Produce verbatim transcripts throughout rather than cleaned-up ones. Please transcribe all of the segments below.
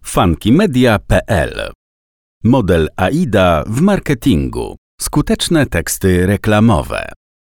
funkymedia kropka p l. Model AIDA w marketingu. Skuteczne teksty reklamowe.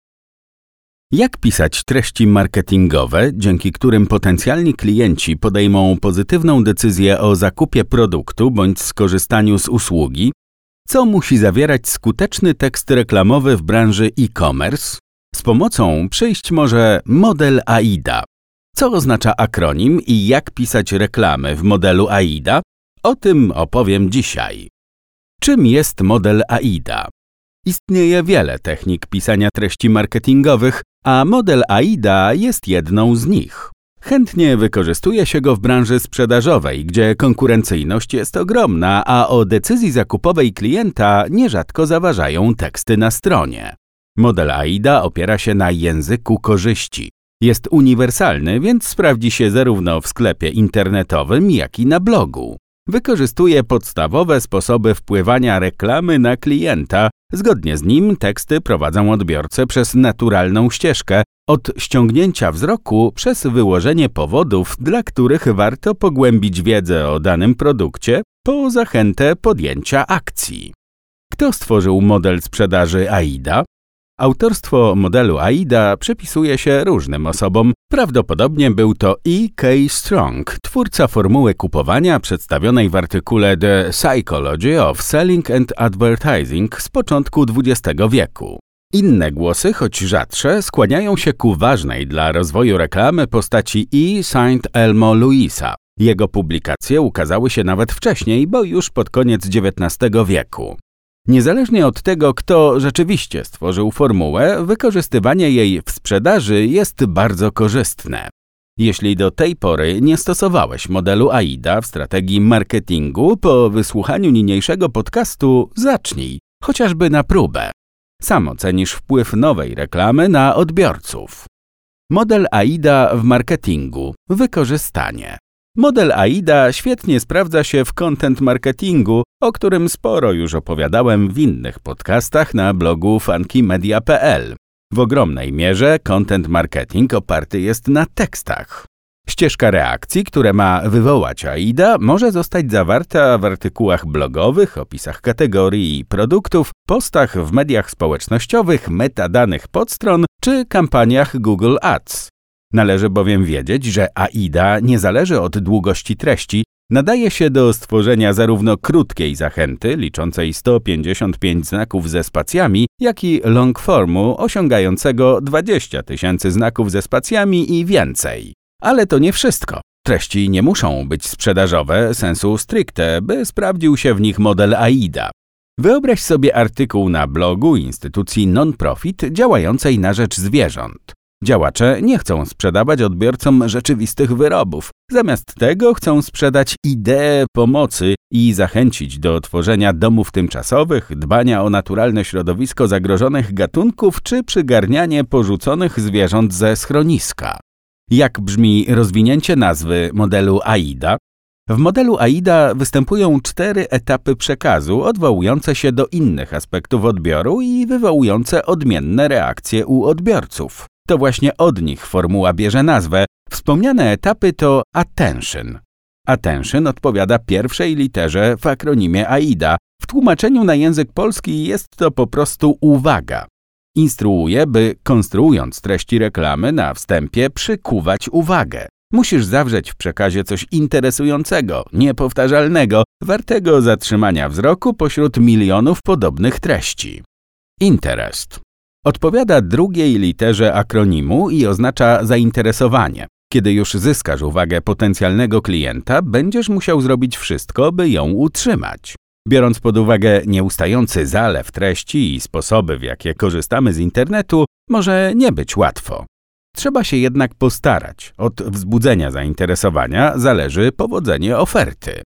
Jak pisać treści marketingowe, dzięki którym potencjalni klienci podejmą pozytywną decyzję o zakupie produktu bądź skorzystaniu z usługi? Co musi zawierać skuteczny tekst reklamowy w branży e-commerce? Z pomocą przyjść może model AIDA. Co oznacza akronim i jak pisać reklamy w modelu AIDA? O tym opowiem dzisiaj. Czym jest model AIDA? Istnieje wiele technik pisania treści marketingowych, a model AIDA jest jedną z nich. Chętnie wykorzystuje się go w branży sprzedażowej, gdzie konkurencyjność jest ogromna, a o decyzji zakupowej klienta nierzadko zaważają teksty na stronie. Model AIDA opiera się na języku korzyści. Jest uniwersalny, więc sprawdzi się zarówno w sklepie internetowym, jak i na blogu. Wykorzystuje podstawowe sposoby wpływania reklamy na klienta. Zgodnie z nim teksty prowadzą odbiorcę przez naturalną ścieżkę, od ściągnięcia wzroku przez wyłożenie powodów, dla których warto pogłębić wiedzę o danym produkcie, po zachętę podjęcia akcji. Kto stworzył model sprzedaży AIDA? Autorstwo modelu AIDA przypisuje się różnym osobom. Prawdopodobnie był to E K Strong, twórca formuły kupowania przedstawionej w artykule The Psychology of Selling and Advertising z początku dwudziestego wieku. Inne głosy, choć rzadsze, skłaniają się ku ważnej dla rozwoju reklamy postaci E. Saint Elmo Lewisa. Jego publikacje ukazały się nawet wcześniej, bo już pod koniec dziewiętnastego wieku. Niezależnie od tego, kto rzeczywiście stworzył formułę, wykorzystywanie jej w sprzedaży jest bardzo korzystne. Jeśli do tej pory nie stosowałeś modelu AIDA w strategii marketingu, po wysłuchaniu niniejszego podcastu zacznij, chociażby na próbę. Sam ocenisz wpływ nowej reklamy na odbiorców. Model AIDA w marketingu. Wykorzystanie. Model AIDA świetnie sprawdza się w content marketingu, o którym sporo już opowiadałem w innych podcastach na blogu funkymedia kropka p l. W ogromnej mierze content marketing oparty jest na tekstach. Ścieżka reakcji, które ma wywołać AIDA, może zostać zawarta w artykułach blogowych, opisach kategorii i produktów, postach w mediach społecznościowych, metadanych podstron czy kampaniach Google Ads. Należy bowiem wiedzieć, że AIDA nie zależy od długości treści, nadaje się do stworzenia zarówno krótkiej zachęty, liczącej sto pięćdziesiąt pięć znaków ze spacjami, jak i long formu osiągającego dwadzieścia tysięcy znaków ze spacjami i więcej. Ale to nie wszystko. Treści nie muszą być sprzedażowe sensu stricte, by sprawdził się w nich model AIDA. Wyobraź sobie artykuł na blogu instytucji non-profit działającej na rzecz zwierząt. Działacze nie chcą sprzedawać odbiorcom rzeczywistych wyrobów. Zamiast tego chcą sprzedać ideę pomocy i zachęcić do tworzenia domów tymczasowych, dbania o naturalne środowisko zagrożonych gatunków czy przygarnianie porzuconych zwierząt ze schroniska. Jak brzmi rozwinięcie nazwy modelu AIDA? W modelu AIDA występują cztery etapy przekazu odwołujące się do innych aspektów odbioru i wywołujące odmienne reakcje u odbiorców. To właśnie od nich formuła bierze nazwę. Wspomniane etapy to attention. Attention odpowiada pierwszej literze w akronimie AIDA. W tłumaczeniu na język polski jest to po prostu uwaga. Instruuje, by konstruując treści reklamy na wstępie przykuwać uwagę. Musisz zawrzeć w przekazie coś interesującego, niepowtarzalnego, wartego zatrzymania wzroku pośród milionów podobnych treści. Interest. Odpowiada drugiej literze akronimu i oznacza zainteresowanie. Kiedy już zyskasz uwagę potencjalnego klienta, będziesz musiał zrobić wszystko, by ją utrzymać. Biorąc pod uwagę nieustający zalew treści i sposoby, w jakie korzystamy z internetu, może nie być łatwo. Trzeba się jednak postarać. Od wzbudzenia zainteresowania zależy powodzenie oferty.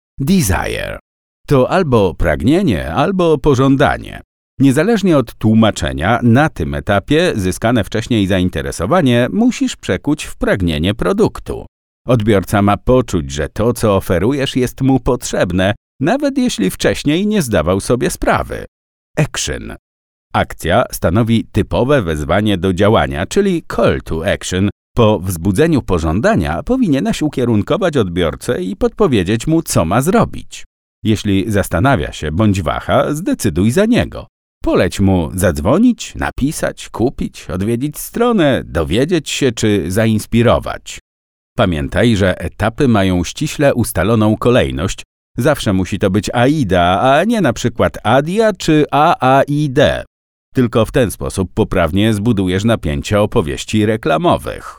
Desire. To albo pragnienie, albo pożądanie. Niezależnie od tłumaczenia, na tym etapie zyskane wcześniej zainteresowanie musisz przekuć w pragnienie produktu. Odbiorca ma poczuć, że to, co oferujesz, jest mu potrzebne, nawet jeśli wcześniej nie zdawał sobie sprawy. Action. Akcja stanowi typowe wezwanie do działania, czyli call to action, Po wzbudzeniu pożądania powinieneś ukierunkować odbiorcę i podpowiedzieć mu, co ma zrobić. Jeśli zastanawia się bądź waha, zdecyduj za niego. Poleć mu zadzwonić, napisać, kupić, odwiedzić stronę, dowiedzieć się czy zainspirować. Pamiętaj, że etapy mają ściśle ustaloną kolejność. Zawsze musi to być AIDA, a nie na przykład ADIA czy A A I D. Tylko w ten sposób poprawnie zbudujesz napięcie opowieści reklamowych.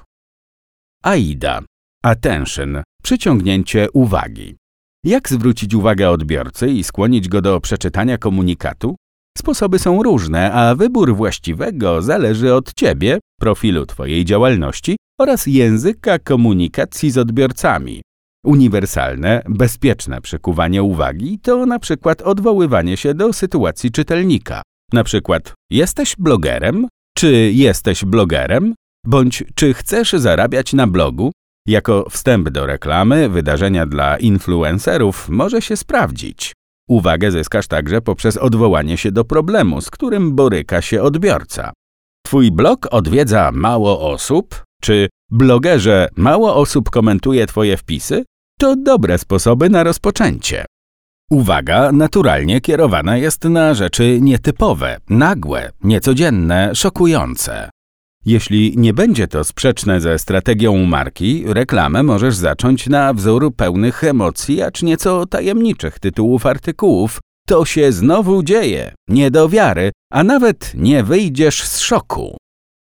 AIDA. Attention. Przyciągnięcie uwagi. Jak zwrócić uwagę odbiorcy i skłonić go do przeczytania komunikatu? Sposoby są różne, a wybór właściwego zależy od Ciebie, profilu Twojej działalności oraz języka komunikacji z odbiorcami. Uniwersalne, bezpieczne przykuwanie uwagi to na przykład odwoływanie się do sytuacji czytelnika. Na przykład, jesteś blogerem? Czy jesteś blogerem? Bądź czy chcesz zarabiać na blogu? Jako wstęp do reklamy, wydarzenia dla influencerów może się sprawdzić. Uwagę zyskasz także poprzez odwołanie się do problemu, z którym boryka się odbiorca. Twój blog odwiedza mało osób? Czy blogerze mało osób komentuje Twoje wpisy? To dobre sposoby na rozpoczęcie. Uwaga naturalnie kierowana jest na rzeczy nietypowe, nagłe, niecodzienne, szokujące. Jeśli nie będzie to sprzeczne ze strategią marki, reklamę możesz zacząć na wzór pełnych emocji, acz nieco tajemniczych tytułów artykułów. To się znowu dzieje, nie do wiary, a nawet nie wyjdziesz z szoku.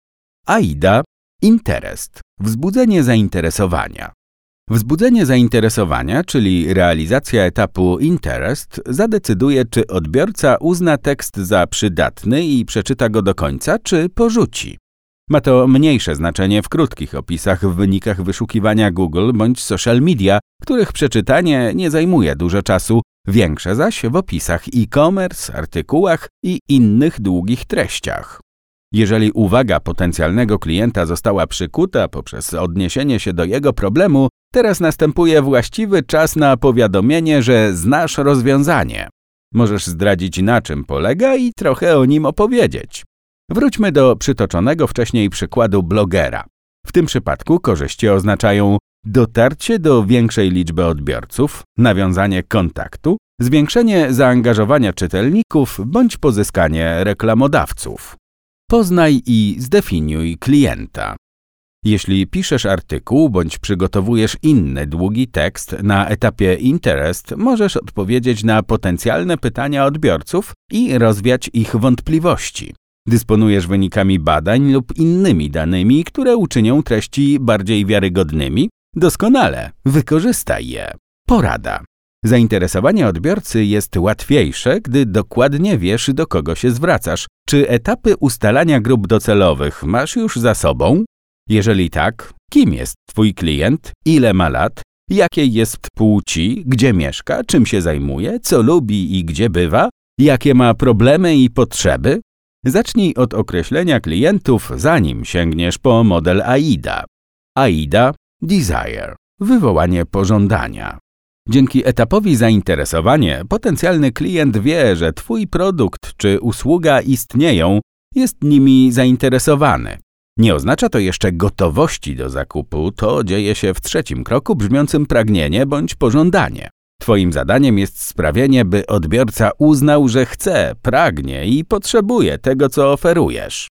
AIDA. Interest. Wzbudzenie zainteresowania. Wzbudzenie zainteresowania, czyli realizacja etapu interest, zadecyduje, czy odbiorca uzna tekst za przydatny i przeczyta go do końca, czy porzuci. Ma to mniejsze znaczenie w krótkich opisach w wynikach wyszukiwania Google bądź social media, których przeczytanie nie zajmuje dużo czasu, większe zaś w opisach e-commerce, artykułach i innych długich treściach. Jeżeli uwaga potencjalnego klienta została przykuta poprzez odniesienie się do jego problemu, teraz następuje właściwy czas na powiadomienie, że znasz rozwiązanie. Możesz zdradzić, na czym polega i trochę o nim opowiedzieć. Wróćmy do przytoczonego wcześniej przykładu blogera. W tym przypadku korzyści oznaczają dotarcie do większej liczby odbiorców, nawiązanie kontaktu, zwiększenie zaangażowania czytelników bądź pozyskanie reklamodawców. Poznaj i zdefiniuj klienta. Jeśli piszesz artykuł bądź przygotowujesz inny długi tekst na etapie interest, możesz odpowiedzieć na potencjalne pytania odbiorców i rozwiać ich wątpliwości. Dysponujesz wynikami badań lub innymi danymi, które uczynią treści bardziej wiarygodnymi? Doskonale, wykorzystaj je. Porada. Zainteresowanie odbiorcy jest łatwiejsze, gdy dokładnie wiesz, do kogo się zwracasz. Czy etapy ustalania grup docelowych masz już za sobą? Jeżeli tak, kim jest Twój klient, ile ma lat, jakiej jest płci, gdzie mieszka, czym się zajmuje, co lubi i gdzie bywa, jakie ma problemy i potrzeby? Zacznij od określenia klientów, zanim sięgniesz po model AIDA. AIDA – Desire – wywołanie pożądania. Dzięki etapowi zainteresowanie potencjalny klient wie, że Twój produkt czy usługa istnieją, jest nimi zainteresowany. Nie oznacza to jeszcze gotowości do zakupu, to dzieje się w trzecim kroku brzmiącym pragnienie bądź pożądanie. Twoim zadaniem jest sprawienie, by odbiorca uznał, że chce, pragnie i potrzebuje tego, co oferujesz.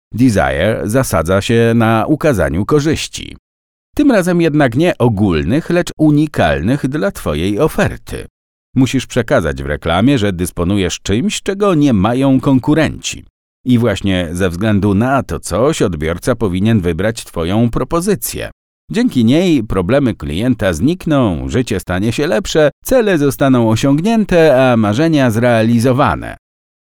Desire zasadza się na ukazaniu korzyści. Tym razem jednak nie ogólnych, lecz unikalnych dla Twojej oferty. Musisz przekazać w reklamie, że dysponujesz czymś, czego nie mają konkurenci. I właśnie ze względu na to coś odbiorca powinien wybrać Twoją propozycję. Dzięki niej problemy klienta znikną, życie stanie się lepsze, cele zostaną osiągnięte, a marzenia zrealizowane.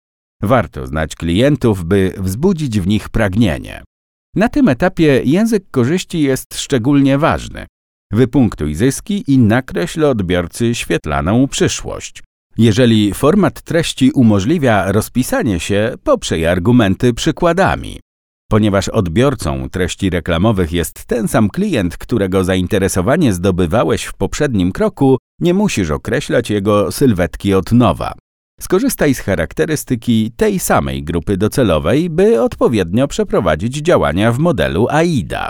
Warto znać klientów, by wzbudzić w nich pragnienie. Na tym etapie język korzyści jest szczególnie ważny. Wypunktuj zyski i nakreśl odbiorcy świetlaną przyszłość. Jeżeli format treści umożliwia rozpisanie się, poprzyj argumenty przykładami. Ponieważ odbiorcą treści reklamowych jest ten sam klient, którego zainteresowanie zdobywałeś w poprzednim kroku, nie musisz określać jego sylwetki od nowa. Skorzystaj z charakterystyki tej samej grupy docelowej, by odpowiednio przeprowadzić działania w modelu AIDA.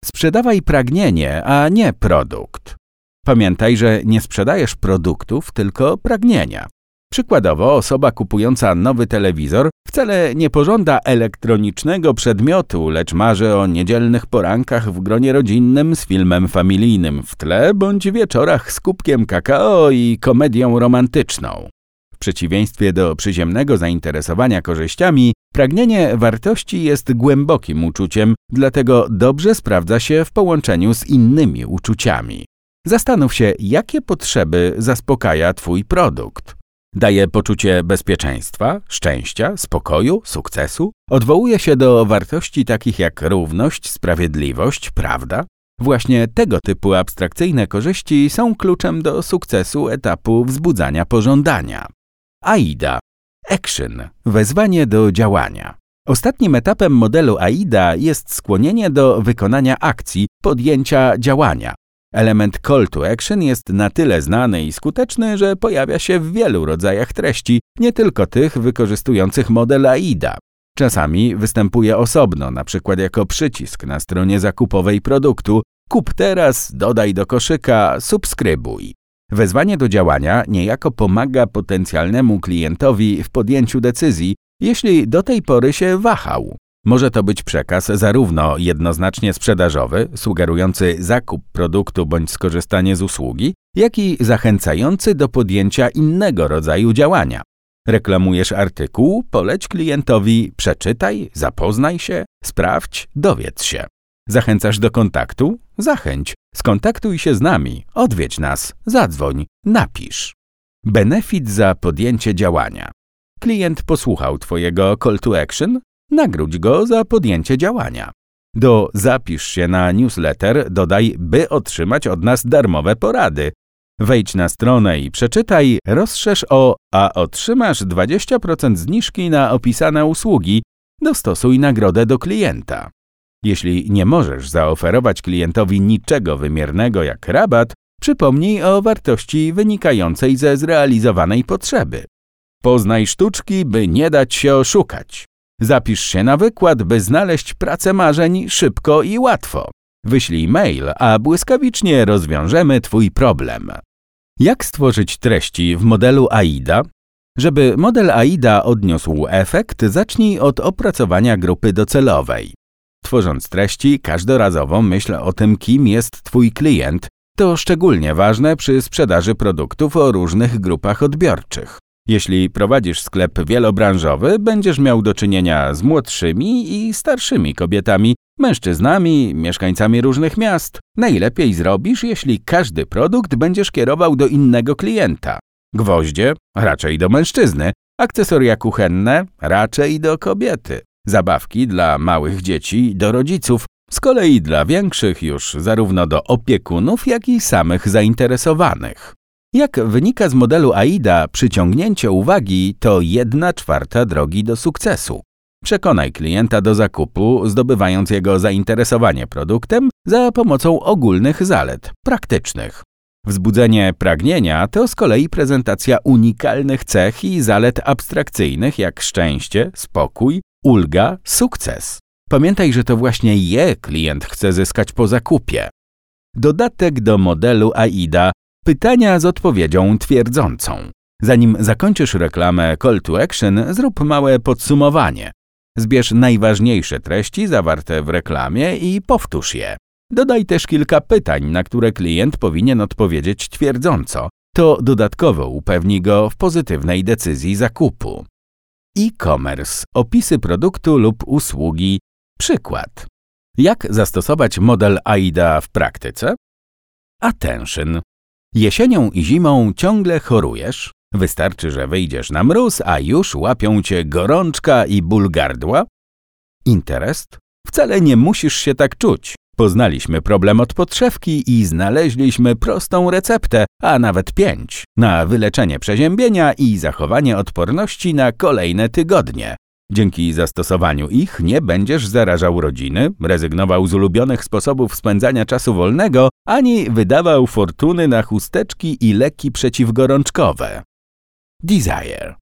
Sprzedawaj pragnienie, a nie produkt. Pamiętaj, że nie sprzedajesz produktów, tylko pragnienia. Przykładowo, osoba kupująca nowy telewizor wcale nie pożąda elektronicznego przedmiotu, lecz marzy o niedzielnych porankach w gronie rodzinnym z filmem familijnym w tle bądź wieczorach z kubkiem kakao i komedią romantyczną. W przeciwieństwie do przyziemnego zainteresowania korzyściami, pragnienie wartości jest głębokim uczuciem, dlatego dobrze sprawdza się w połączeniu z innymi uczuciami. Zastanów się, jakie potrzeby zaspokaja Twój produkt. Daje poczucie bezpieczeństwa, szczęścia, spokoju, sukcesu. Odwołuje się do wartości takich jak równość, sprawiedliwość, prawda. Właśnie tego typu abstrakcyjne korzyści są kluczem do sukcesu etapu wzbudzania pożądania. AIDA. Action. Wezwanie do działania. Ostatnim etapem modelu AIDA jest skłonienie do wykonania akcji, podjęcia działania. Element call to action jest na tyle znany i skuteczny, że pojawia się w wielu rodzajach treści, nie tylko tych wykorzystujących model AIDA. Czasami występuje osobno, na przykład jako przycisk na stronie zakupowej produktu kup teraz, dodaj do koszyka, subskrybuj. Wezwanie do działania niejako pomaga potencjalnemu klientowi w podjęciu decyzji, jeśli do tej pory się wahał. Może to być przekaz zarówno jednoznacznie sprzedażowy, sugerujący zakup produktu bądź skorzystanie z usługi, jak i zachęcający do podjęcia innego rodzaju działania. Reklamujesz artykuł, poleć klientowi, przeczytaj, zapoznaj się, sprawdź, dowiedz się. Zachęcasz do kontaktu? Zachęć. Skontaktuj się z nami, odwiedź nas, zadzwoń, napisz. Benefit za podjęcie działania. Klient posłuchał Twojego call to action? Nagródź go za podjęcie działania. Do zapisz się na newsletter dodaj, by otrzymać od nas darmowe porady. Wejdź na stronę i przeczytaj, rozszerz o, a otrzymasz dwadzieścia procent zniżki na opisane usługi. Dostosuj nagrodę do klienta. Jeśli nie możesz zaoferować klientowi niczego wymiernego jak rabat, przypomnij o wartości wynikającej ze zrealizowanej potrzeby. Poznaj sztuczki, by nie dać się oszukać. Zapisz się na wykład, by znaleźć pracę marzeń szybko i łatwo. Wyślij mail, a błyskawicznie rozwiążemy Twój problem. Jak stworzyć treści w modelu AIDA? Żeby model AIDA odniósł efekt, zacznij od opracowania grupy docelowej. Tworząc treści, każdorazowo myśl o tym, kim jest Twój klient. To szczególnie ważne przy sprzedaży produktów o różnych grupach odbiorczych. Jeśli prowadzisz sklep wielobranżowy, będziesz miał do czynienia z młodszymi i starszymi kobietami, mężczyznami, mieszkańcami różnych miast. Najlepiej zrobisz, jeśli każdy produkt będziesz kierował do innego klienta. Gwoździe? Raczej do mężczyzny. Akcesoria kuchenne? Raczej do kobiety. Zabawki dla małych dzieci do rodziców. Z kolei dla większych już zarówno do opiekunów, jak i samych zainteresowanych. Jak wynika z modelu AIDA, przyciągnięcie uwagi to jedna czwarta drogi do sukcesu. Przekonaj klienta do zakupu, zdobywając jego zainteresowanie produktem za pomocą ogólnych zalet, praktycznych. Wzbudzenie pragnienia to z kolei prezentacja unikalnych cech i zalet abstrakcyjnych jak szczęście, spokój, ulga, sukces. Pamiętaj, że to właśnie je klient chce zyskać po zakupie. Dodatek do modelu AIDA. Pytania z odpowiedzią twierdzącą. Zanim zakończysz reklamę call to action, zrób małe podsumowanie. Zbierz najważniejsze treści zawarte w reklamie i powtórz je. Dodaj też kilka pytań, na które klient powinien odpowiedzieć twierdząco. To dodatkowo upewni go w pozytywnej decyzji zakupu. E-commerce, opisy produktu lub usługi. Przykład. Jak zastosować model AIDA w praktyce? Attention. Jesienią i zimą ciągle chorujesz? Wystarczy, że wyjdziesz na mróz, a już łapią cię gorączka i ból gardła? Interest? Wcale nie musisz się tak czuć. Poznaliśmy problem od podszewki i znaleźliśmy prostą receptę, a nawet pięć, na wyleczenie przeziębienia i zachowanie odporności na kolejne tygodnie. Dzięki zastosowaniu ich nie będziesz zarażał rodziny, rezygnował z ulubionych sposobów spędzania czasu wolnego, ani wydawał fortuny na chusteczki i leki przeciwgorączkowe. Desire.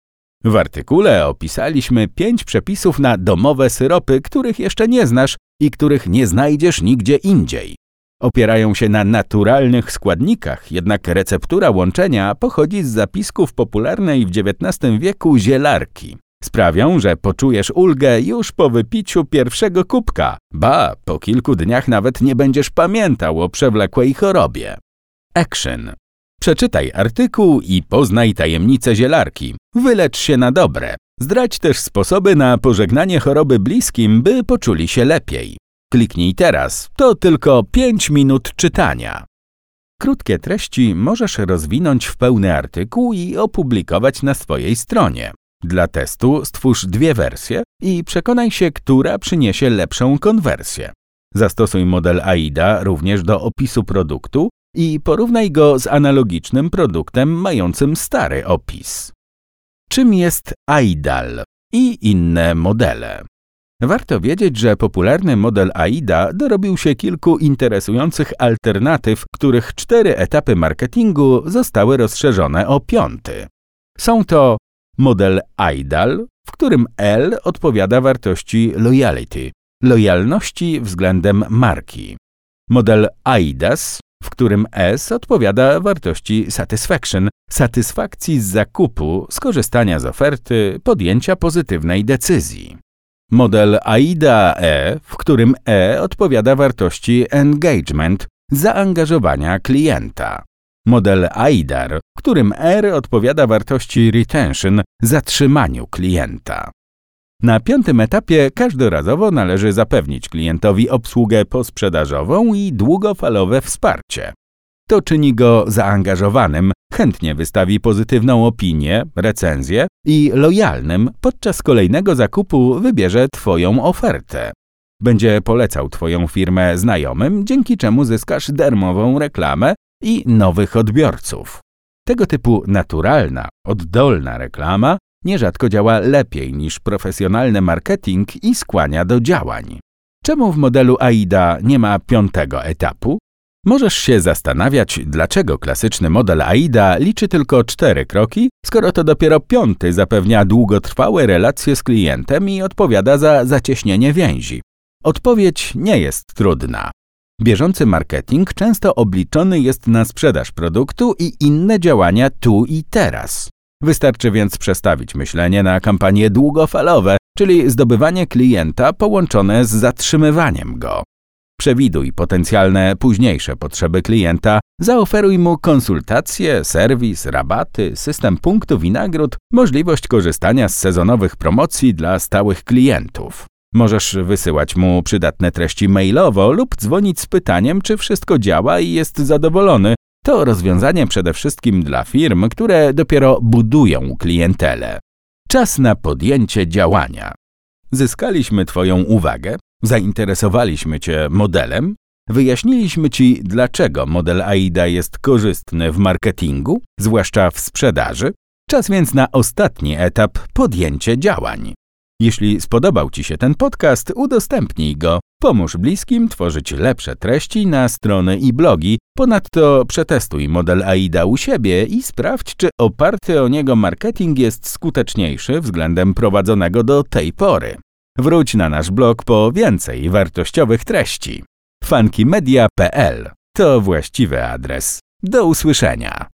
W artykule opisaliśmy pięć przepisów na domowe syropy, których jeszcze nie znasz i których nie znajdziesz nigdzie indziej. Opierają się na naturalnych składnikach, jednak receptura łączenia pochodzi z zapisków popularnej w dziewiętnastym wieku zielarki. Sprawią, że poczujesz ulgę już po wypiciu pierwszego kubka. Ba, po kilku dniach nawet nie będziesz pamiętał o przewlekłej chorobie. Action. Przeczytaj artykuł i poznaj tajemnice zielarki. Wylecz się na dobre. Zdradź też sposoby na pożegnanie choroby bliskim, by poczuli się lepiej. Kliknij teraz. To tylko pięć minut czytania. Krótkie treści możesz rozwinąć w pełny artykuł i opublikować na swojej stronie. Dla testu stwórz dwie wersje i przekonaj się, która przyniesie lepszą konwersję. Zastosuj model AIDA również do opisu produktu i porównaj go z analogicznym produktem mającym stary opis. Czym jest AIDAL i inne modele? Warto wiedzieć, że popularny model AIDA dorobił się kilku interesujących alternatyw, których cztery etapy marketingu zostały rozszerzone o piąty. Są to model AIDAL, w którym L odpowiada wartości loyalty, lojalności względem marki. Model AIDAS, w którym S odpowiada wartości satisfaction, satysfakcji z zakupu, skorzystania z oferty, podjęcia pozytywnej decyzji. Model AIDA-E, w którym E odpowiada wartości engagement, zaangażowania klienta. Model AIDAR, w którym R odpowiada wartości retention, zatrzymaniu klienta. Na piątym etapie każdorazowo należy zapewnić klientowi obsługę posprzedażową i długofalowe wsparcie. To czyni go zaangażowanym, chętnie wystawi pozytywną opinię, recenzję i lojalnym podczas kolejnego zakupu wybierze Twoją ofertę. Będzie polecał Twoją firmę znajomym, dzięki czemu zyskasz darmową reklamę i nowych odbiorców. Tego typu naturalna, oddolna reklama nierzadko działa lepiej niż profesjonalny marketing i skłania do działań. Czemu w modelu AIDA nie ma piątego etapu? Możesz się zastanawiać, dlaczego klasyczny model AIDA liczy tylko cztery kroki, skoro to dopiero piąty zapewnia długotrwałe relacje z klientem i odpowiada za zacieśnienie więzi. Odpowiedź nie jest trudna. Bieżący marketing często obliczony jest na sprzedaż produktu i inne działania tu i teraz. Wystarczy więc przestawić myślenie na kampanie długofalowe, czyli zdobywanie klienta połączone z zatrzymywaniem go. Przewiduj potencjalne późniejsze potrzeby klienta, zaoferuj mu konsultacje, serwis, rabaty, system punktów i nagród, możliwość korzystania z sezonowych promocji dla stałych klientów. Możesz wysyłać mu przydatne treści mailowo lub dzwonić z pytaniem, czy wszystko działa i jest zadowolony. To rozwiązanie przede wszystkim dla firm, które dopiero budują klientelę. Czas na podjęcie działania. Zyskaliśmy Twoją uwagę, zainteresowaliśmy Cię modelem, wyjaśniliśmy Ci, dlaczego model AIDA jest korzystny w marketingu, zwłaszcza w sprzedaży. Czas więc na ostatni etap – podjęcie działań. Jeśli spodobał Ci się ten podcast, udostępnij go. Pomóż bliskim tworzyć lepsze treści na strony i blogi. Ponadto przetestuj model AIDA u siebie i sprawdź, czy oparty o niego marketing jest skuteczniejszy względem prowadzonego do tej pory. Wróć na nasz blog po więcej wartościowych treści. funky media kropka p l to właściwy adres. Do usłyszenia.